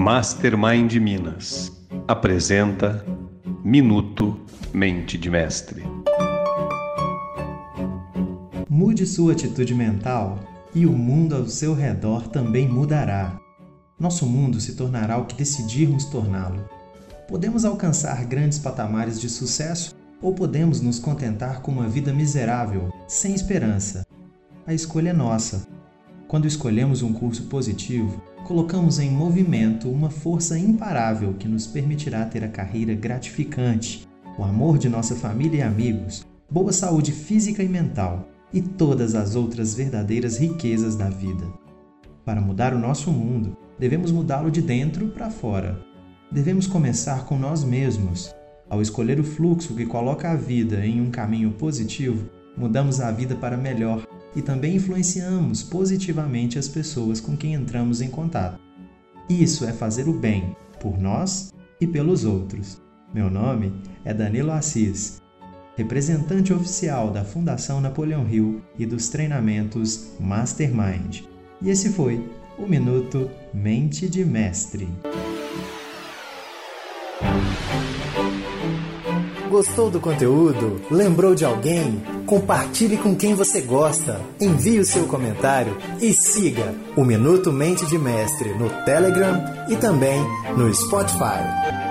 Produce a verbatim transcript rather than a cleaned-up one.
Mastermind Minas apresenta Minuto Mente de Mestre. Mude sua atitude mental e o mundo ao seu redor também mudará. Nosso mundo se tornará o que decidirmos torná-lo. Podemos alcançar grandes patamares de sucesso ou podemos nos contentar com uma vida miserável, sem esperança. A escolha é nossa. Quando escolhemos um curso positivo, colocamos em movimento uma força imparável que nos permitirá ter a carreira gratificante, o amor de nossa família e amigos, boa saúde física e mental e todas as outras verdadeiras riquezas da vida. Para mudar o nosso mundo, devemos mudá-lo de dentro para fora. Devemos começar com nós mesmos. Ao escolher o fluxo que coloca a vida em um caminho positivo, mudamos a vida para melhor e também influenciamos positivamente as pessoas com quem entramos em contato. Isso é fazer o bem por nós e pelos outros. Meu nome é Danilo Assis, representante oficial da Fundação Napoleão Hill e dos treinamentos Mastermind. E esse foi o Minuto Mente de Mestre. Gostou do conteúdo? Lembrou de alguém? Compartilhe com quem você gosta. Envie o seu comentário e siga o Minuto Mente de Mestre no Telegram e também no Spotify.